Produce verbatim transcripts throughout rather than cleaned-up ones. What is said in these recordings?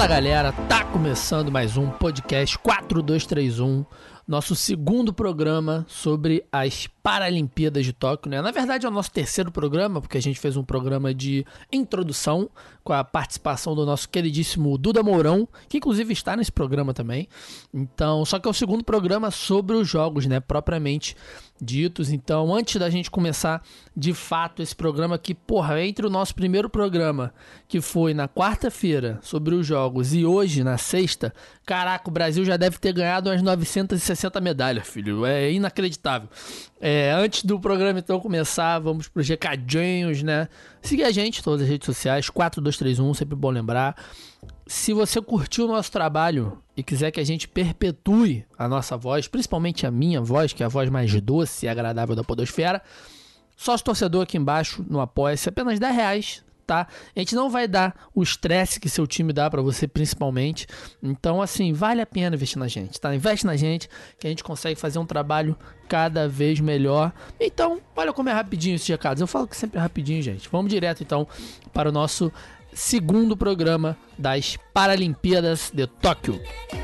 Fala galera, tá começando mais um podcast quatro dois três um, nosso segundo programa sobre as Paralimpíadas de Tóquio, né? Na verdade é o nosso terceiro programa, porque a gente fez um programa de introdução com a participação do nosso queridíssimo Duda Mourão, que inclusive está nesse programa também. Então, só que é o segundo programa sobre os jogos, né, propriamente ditos. Então, antes da gente começar de fato esse programa que, porra, entre o nosso primeiro programa, que foi na quarta-feira sobre os jogos, e hoje na sexta, caraca, o Brasil já deve ter ganhado umas novecentas e sessenta medalhas, filho, é inacreditável. É, antes do programa então começar, vamos pros recadinhos, né? Seguir a gente em todas as redes sociais, quatro dois três um, sempre bom lembrar. Se você curtiu o nosso trabalho e quiser que a gente perpetue a nossa voz, principalmente a minha voz, que é a voz mais doce e agradável da podosfera, sócio torcedor aqui embaixo no Apoia-se, apenas dez reais, tá? A gente não vai dar o estresse que seu time dá pra você, principalmente. Então, assim, vale a pena investir na gente, tá? Investe na gente, que a gente consegue fazer um trabalho cada vez melhor. Então, olha como é rapidinho esses recados. Eu falo que sempre é rapidinho, gente. Vamos direto, então, para o nosso segundo programa das Paralimpíadas de Tóquio.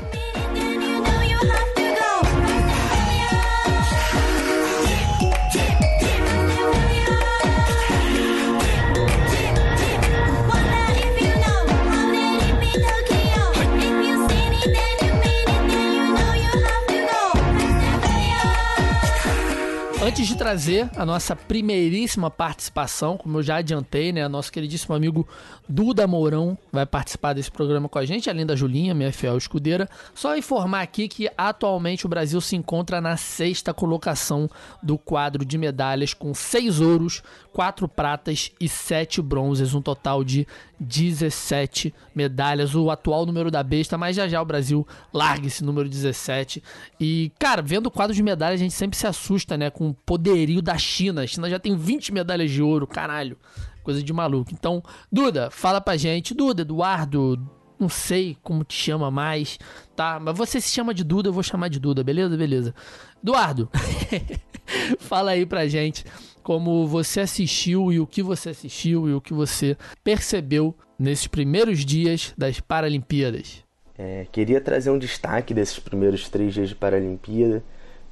Antes de trazer a nossa primeiríssima participação, como eu já adiantei, né, nosso queridíssimo amigo Duda Mourão vai participar desse programa com a gente, além da Julinha, minha fiel escudeira. Só informar aqui que atualmente o Brasil se encontra na sexta colocação do quadro de medalhas, com seis ouros, quatro pratas e sete bronzes, um total de dezessete medalhas, o atual número da besta, mas já já o Brasil larga esse número dezessete. E, cara, vendo o quadro de medalhas, a gente sempre se assusta, né, com o poderio da China. A China já tem vinte medalhas de ouro, caralho, coisa de maluco. Então, Duda, fala pra gente. Duda, Eduardo, não sei como te chama mais, tá? Mas você se chama de Duda, eu vou chamar de Duda, beleza? Beleza. Eduardo, fala aí pra gente como você assistiu e o que você assistiu e o que você percebeu nesses primeiros dias das Paralimpíadas. É, queria trazer um destaque desses primeiros três dias de Paralimpíada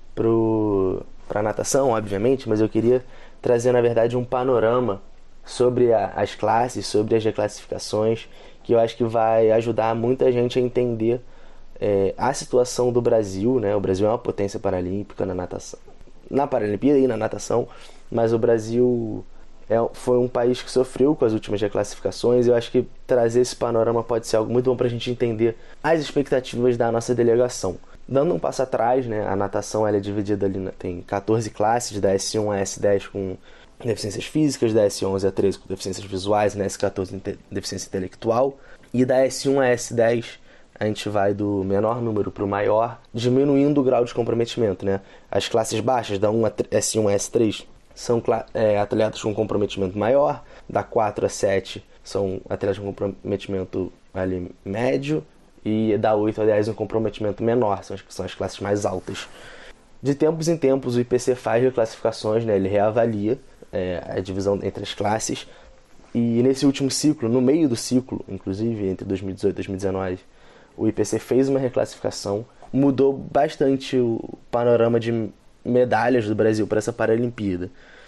para a natação, obviamente, mas eu queria trazer, na verdade, um panorama sobre a, as classes, sobre as reclassificações, que eu acho que vai ajudar muita gente a entender é, a situação do Brasil, né? O Brasil é uma potência paralímpica na natação, na Paralimpíada e na natação, mas o Brasil é, foi um país que sofreu com as últimas reclassificações, e eu acho que trazer esse panorama pode ser algo muito bom para a gente entender as expectativas da nossa delegação. Dando um passo atrás, né, a natação ela é dividida ali, tem catorze classes, da S um a S dez com deficiências físicas, da S onze a treze com deficiências visuais, na S quatorze deficiência intelectual, e da S um a S dez a gente vai do menor número para o maior, diminuindo o grau de comprometimento, né? As classes baixas, da S um a S três, são é, atletas com comprometimento maior, da quatro a sete são atletas com comprometimento ali, médio, e da oito a dez um comprometimento menor, são as, são as classes mais altas. De tempos em tempos o I P C faz reclassificações, né? Ele reavalia é, a divisão entre as classes, e nesse último ciclo, no meio do ciclo, inclusive entre dois mil e dezoito e dois mil e dezenove, o I P C fez uma reclassificação, mudou bastante o panorama de medalhas do Brasil para essa Paralimpíada.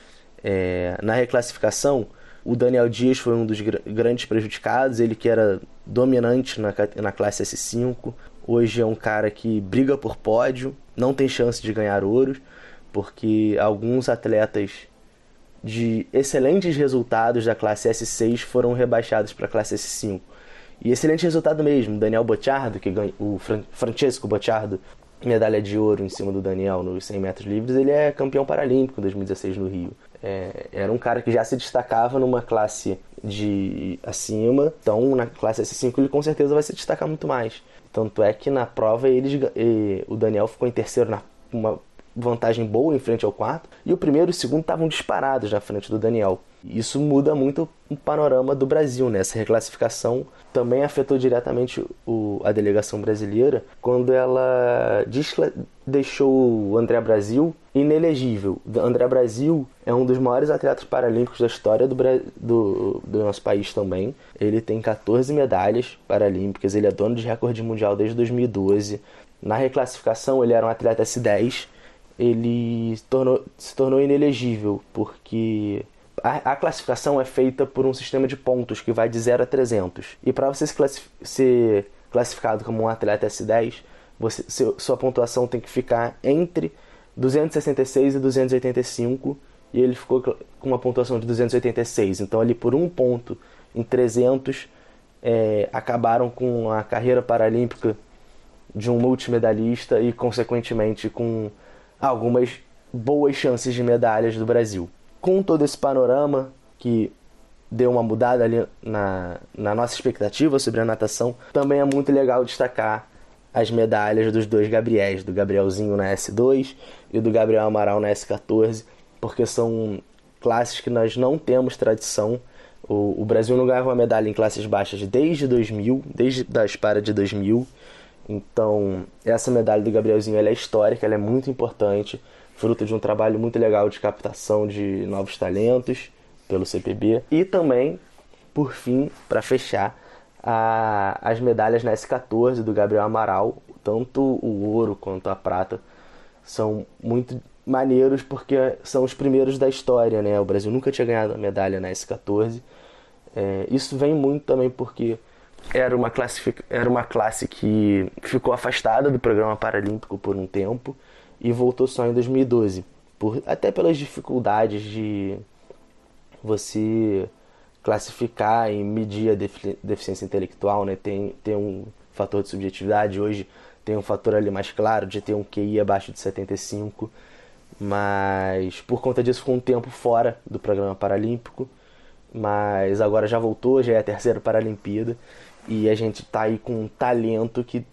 É, na reclassificação, o Daniel Dias foi um dos gr- grandes prejudicados, ele que era dominante na, na classe S cinco, hoje é um cara que briga por pódio, não tem chance de ganhar ouros, porque alguns atletas de excelentes resultados da classe S seis foram rebaixados para a classe S cinco. E excelente resultado mesmo, Daniel Bocciardo, que ganha, o Fran- Francesco Bocciardo, medalha de ouro em cima do Daniel nos cem metros livres, ele é campeão paralímpico em dois mil e dezesseis no Rio. É, era um cara que já se destacava numa classe de acima, então na classe S cinco ele com certeza vai se destacar muito mais. Tanto é que na prova eles, ele, o Daniel ficou em terceiro na uma vantagem boa em frente ao quarto, e o primeiro e o segundo estavam disparados na frente do Daniel. Isso muda muito o panorama do Brasil, né? Essa reclassificação também afetou diretamente o, a delegação brasileira quando ela descla- deixou o André Brasil inelegível. O André Brasil é um dos maiores atletas paralímpicos da história do, do, do nosso país também. Ele tem catorze medalhas paralímpicas, ele é dono de recorde mundial desde dois mil e doze. Na reclassificação ele era um atleta S dez, ele se tornou, se tornou inelegível porque a, a classificação é feita por um sistema de pontos que vai de zero a trezentos. E para você se classif- ser classificado como um atleta S dez, você, seu, sua pontuação tem que ficar entre duzentos e sessenta e seis e duzentos e oitenta e cinco, e ele ficou com uma pontuação de duzentos e oitenta e seis. Então ali por um ponto em trezentos é, acabaram com a carreira paralímpica de um multimedalista e consequentemente com algumas boas chances de medalhas do Brasil. Com todo esse panorama que deu uma mudada ali na, na nossa expectativa sobre a natação, também é muito legal destacar as medalhas dos dois Gabriéis, do Gabrielzinho na S dois e do Gabriel Amaral na S quatorze, porque são classes que nós não temos tradição. O, o Brasil não ganhava uma medalha em classes baixas desde dois mil, desde as para de dois mil. Então, essa medalha do Gabrielzinho ela é histórica, ela é muito importante, fruto de um trabalho muito legal de captação de novos talentos pelo C P B. E também, por fim, para fechar, a, as medalhas na S quatorze do Gabriel Amaral, tanto o ouro quanto a prata, são muito maneiros porque são os primeiros da história, né? O Brasil nunca tinha ganhado a medalha na S quatorze. É, isso vem muito também porque Era uma, classific... Era uma classe que ficou afastada do programa paralímpico por um tempo e voltou só em dois mil e doze, por... até pelas dificuldades de você classificar e medir a defi... deficiência intelectual, né? Tem, tem um fator de subjetividade, hoje tem um fator ali mais claro de ter um Q I abaixo de setenta e cinco, mas por conta disso ficou um tempo fora do programa paralímpico, mas agora já voltou, já é a terceira Paralimpíada. E a gente tá aí com um talento que,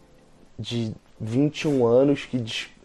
de vinte e um anos que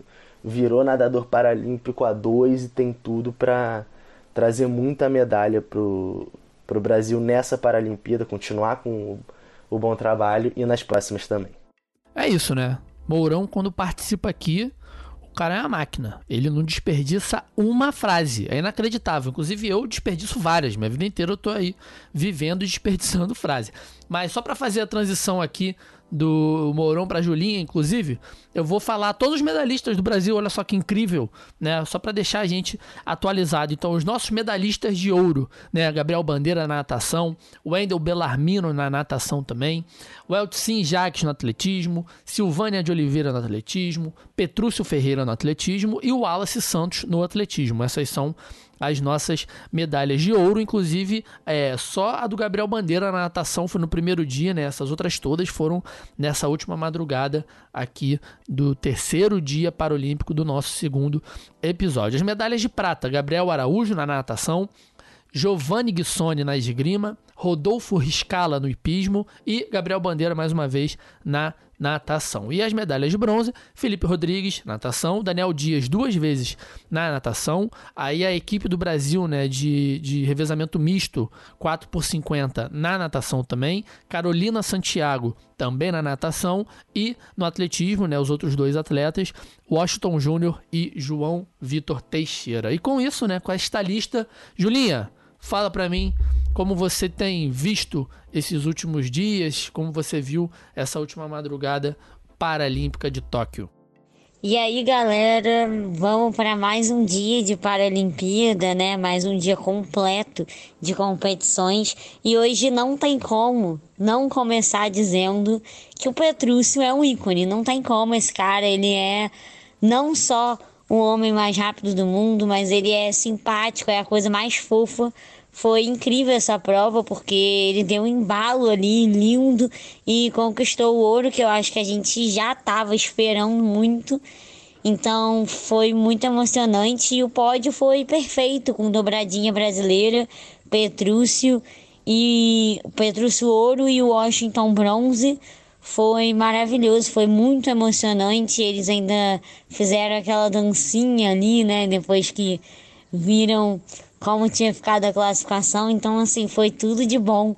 virou nadador paralímpico a dois e tem tudo para trazer muita medalha pro, pro Brasil nessa Paralimpíada, continuar com o, o bom trabalho e nas próximas também. É isso, né? Mourão, quando participa aqui, o cara é uma máquina. Ele não desperdiça uma frase. É inacreditável. Inclusive eu desperdiço várias. Minha vida inteira eu tô aí vivendo e desperdiçando frase. Mas só para fazer a transição aqui do Mourão para Julinha, inclusive, eu vou falar todos os medalhistas do Brasil, olha só que incrível, né? Só para deixar a gente atualizado. Então, os nossos medalhistas de ouro, né? Gabriel Bandeira na natação, Wendel Bellarmino na natação também, o Eltsin Jacques no atletismo, Silvânia de Oliveira no atletismo, Petrúcio Ferreira no atletismo e o Wallace Santos no atletismo. Essas são as nossas medalhas de ouro, inclusive é, só a do Gabriel Bandeira na natação foi no primeiro dia, né? Essas outras todas foram nessa última madrugada aqui do terceiro dia paralímpico do nosso segundo episódio. As medalhas de prata, Gabriel Araújo na natação, Giovanni Guissoni na esgrima, Rodolfo Riscala no hipismo e Gabriel Bandeira mais uma vez na natação. E as medalhas de bronze, Felipe Rodrigues, natação, Daniel Dias duas vezes na natação, aí a equipe do Brasil, né, de, de revezamento misto, quatro por cinquenta na natação também, Carolina Santiago também na natação e no atletismo, né, os outros dois atletas, Washington Júnior e João Vitor Teixeira. E com isso, né, com esta lista, Julinha, fala pra mim como você tem visto esses últimos dias, como você viu essa última madrugada paralímpica de Tóquio. E aí, galera, vamos para mais um dia de Paralimpíada, né? Mais um dia completo de competições. E hoje não tem como não começar dizendo que o Petrúcio é um ícone. Não tem como, esse cara, ele é não só o homem mais rápido do mundo, mas ele é simpático, é a coisa mais fofa. Foi incrível essa prova, porque ele deu um embalo ali, lindo, e conquistou o ouro, que eu acho que a gente já estava esperando muito. Então foi muito emocionante e o pódio foi perfeito, com dobradinha brasileira, Petrúcio, e Petrúcio ouro e o Washington bronze. Foi maravilhoso, foi muito emocionante. Eles ainda fizeram aquela dancinha ali, né? Depois que viram como tinha ficado a classificação. Então, assim, foi tudo de bom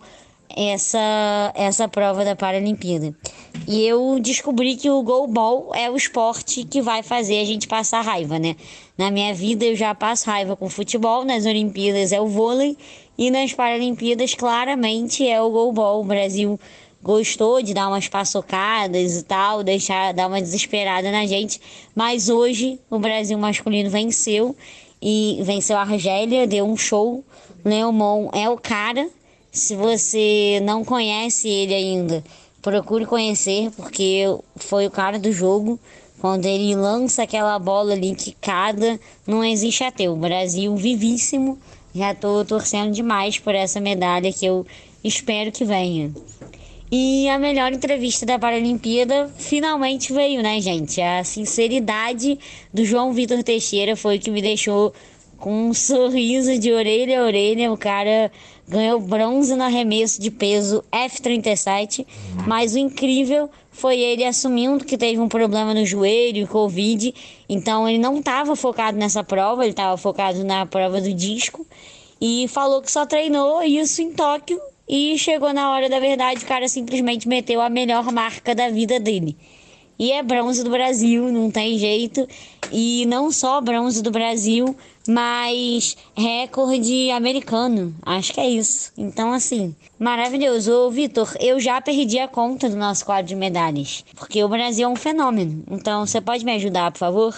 essa, essa prova da Paralimpíada. E eu descobri que o goalball é o esporte que vai fazer a gente passar raiva, né? Na minha vida eu já passo raiva com futebol, nas Olimpíadas é o vôlei e nas Paralimpíadas claramente é o goalball. O Brasil gostou de dar umas paçocadas e tal, deixar, dar uma desesperada na gente, mas hoje o Brasil masculino venceu e venceu a Argélia, deu um show. Leomon é o cara. Se você não conhece ele ainda, procure conhecer, porque foi o cara do jogo. Quando ele lança aquela bola ali quicada, não existe ateu. O Brasil vivíssimo. Já tô torcendo demais por essa medalha que eu espero que venha. E a melhor entrevista da Paralimpíada finalmente veio, né, gente? A sinceridade do João Vitor Teixeira foi o que me deixou com um sorriso de orelha a orelha. O cara ganhou bronze no arremesso de peso F trinta e sete, mas o incrível foi ele assumindo que teve um problema no joelho e Covid, então ele não estava focado nessa prova, ele estava focado na prova do disco, e falou que só treinou isso em Tóquio, e chegou na hora da verdade, o cara simplesmente meteu a melhor marca da vida dele. E é bronze do Brasil, não tem jeito. E não só bronze do Brasil, mas recorde americano. Acho que é isso. Então, assim, maravilhoso. Ô, Vitor, eu já perdi a conta do nosso quadro de medalhas. Porque o Brasil é um fenômeno. Então, você pode me ajudar, por favor?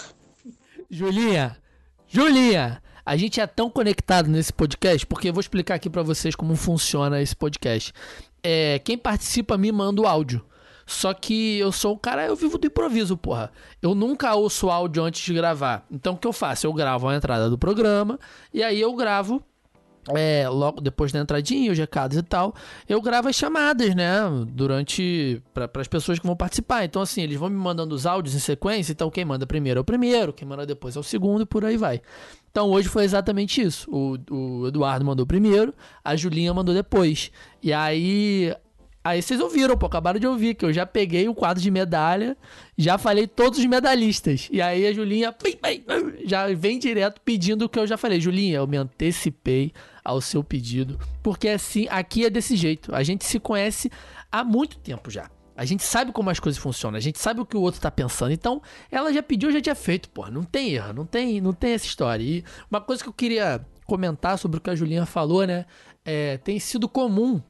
Julinha, Julinha, a gente é tão conectado nesse podcast, porque eu vou explicar aqui pra vocês como funciona esse podcast. É, quem participa me manda o áudio. Só que eu sou um cara, eu vivo do improviso, porra. Eu nunca ouço áudio antes de gravar. Então o que eu faço? Eu gravo a entrada do programa e aí eu gravo, é, logo depois da entradinha, os recados e tal, eu gravo as chamadas, né? Durante, para as pessoas que vão participar. Então assim, eles vão me mandando os áudios em sequência. Então quem manda primeiro é o primeiro, quem manda depois é o segundo e por aí vai. Então hoje foi exatamente isso. O, o Eduardo mandou primeiro, a Julinha mandou depois. E aí... Aí vocês ouviram, pô, acabaram de ouvir que eu já peguei o quadro de medalha, já falei todos os medalhistas. E aí a Julinha já vem direto pedindo o que eu já falei. Julinha, eu me antecipei ao seu pedido, porque assim, aqui é desse jeito. A gente se conhece há muito tempo já. A gente sabe como as coisas funcionam, a gente sabe o que o outro tá pensando. Então, ela já pediu, eu já tinha feito, pô. Não tem erro, não tem, não tem essa história. E uma coisa que eu queria comentar sobre o que a Julinha falou, né? É, tem sido comum,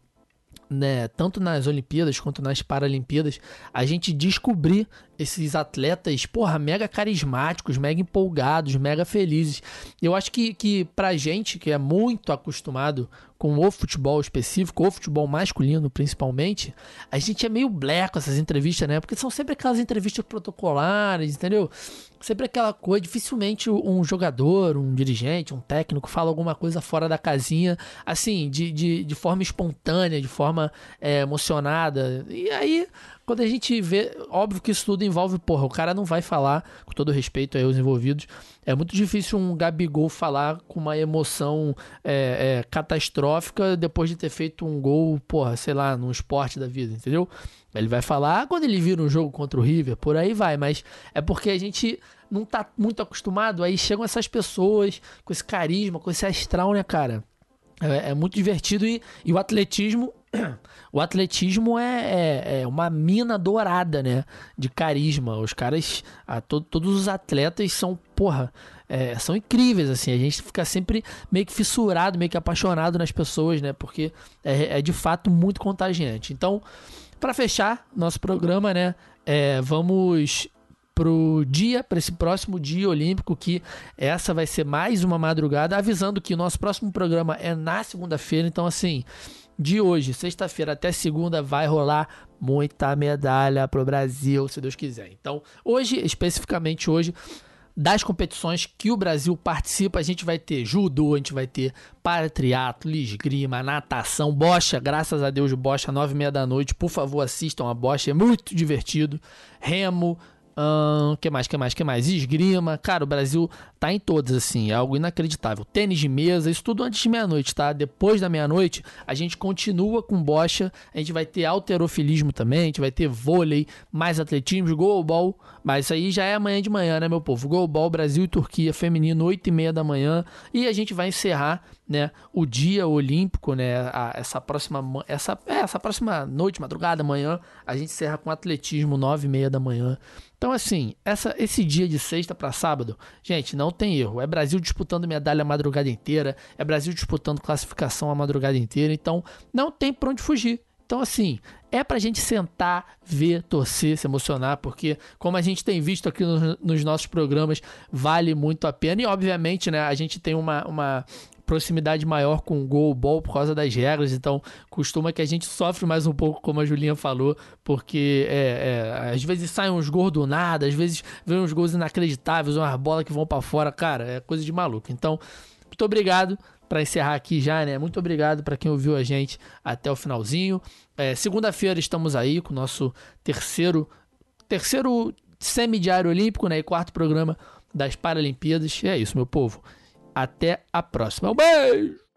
né, tanto nas Olimpíadas quanto nas Paralimpíadas, a gente descobrir esses atletas, porra, mega carismáticos, mega empolgados, mega felizes. Eu acho que, que pra gente que é muito acostumado com o futebol específico, o futebol masculino principalmente, a gente é meio bleco essas entrevistas, né? Porque são sempre aquelas entrevistas protocolares, entendeu? Sempre aquela coisa, dificilmente um jogador, um dirigente, um técnico fala alguma coisa fora da casinha, assim, de, de, de forma espontânea, de forma é, emocionada. E aí, quando a gente vê, óbvio que isso tudo envolve, porra, o cara não vai falar, com todo respeito aí aos envolvidos, é muito difícil um Gabigol falar com uma emoção é, é, catastrófica depois de ter feito um gol, porra, sei lá, num esporte da vida, entendeu? Ele vai falar quando ele vira um jogo contra o River, por aí vai, mas é porque a gente não tá muito acostumado, aí chegam essas pessoas com esse carisma, com esse astral, né, cara? É, é muito divertido e, e o atletismo, o atletismo é, é, é uma mina dourada, né, de carisma. Os caras, a, to, todos os atletas são, porra, é, são incríveis, assim. A gente fica sempre meio que fissurado, meio que apaixonado nas pessoas, né, porque é, é de fato muito contagiante. Então, para fechar nosso programa, né, é, vamos pro dia, para esse próximo dia olímpico, que essa vai ser mais uma madrugada, avisando que o nosso próximo programa é na segunda-feira. Então, assim, de hoje, sexta-feira até segunda, vai rolar muita medalha pro Brasil, se Deus quiser. Então, hoje, especificamente hoje, das competições que o Brasil participa, a gente vai ter judô, a gente vai ter paratriatlo, esgrima, natação, bocha, graças a Deus, bocha, nove e meia da noite, por favor, assistam a bocha, é muito divertido, remo, O uh, que mais, que mais, que mais? Esgrima. Cara, o Brasil tá em todas, assim. É algo inacreditável. Tênis de mesa, isso tudo antes de meia-noite, tá? Depois da meia-noite, a gente continua com bocha. A gente vai ter halterofilismo também. A gente vai ter vôlei, mais atletismo, goalball. Mas isso aí já é amanhã de manhã, né, meu povo? Goalball, Brasil e Turquia, feminino, oito e meia da manhã. E a gente vai encerrar, né, o dia olímpico, né? A, essa, próxima, essa, é, essa próxima noite, madrugada, amanhã, a gente encerra com atletismo, nove e meia da manhã. Então, assim, essa, esse dia de sexta para sábado, gente, não tem erro. É Brasil disputando medalha a madrugada inteira, é Brasil disputando classificação a madrugada inteira, então não tem pra onde fugir. Então, assim, é pra gente sentar, ver, torcer, se emocionar, porque, como a gente tem visto aqui no, nos nossos programas, vale muito a pena. E, obviamente, né, a gente tem uma... uma proximidade maior com o goalball por causa das regras, então costuma que a gente sofre mais um pouco, como a Julinha falou, porque é, é, às vezes saem uns gols do nada, às vezes vem uns gols inacreditáveis, umas bolas que vão pra fora, cara, é coisa de maluco. Então, muito obrigado, para encerrar aqui já, né, muito obrigado para quem ouviu a gente até o finalzinho. É, segunda-feira estamos aí com o nosso terceiro, terceiro semidiário olímpico, né, e quarto programa das Paralimpíadas. E é isso, meu povo. Até a próxima. Um beijo!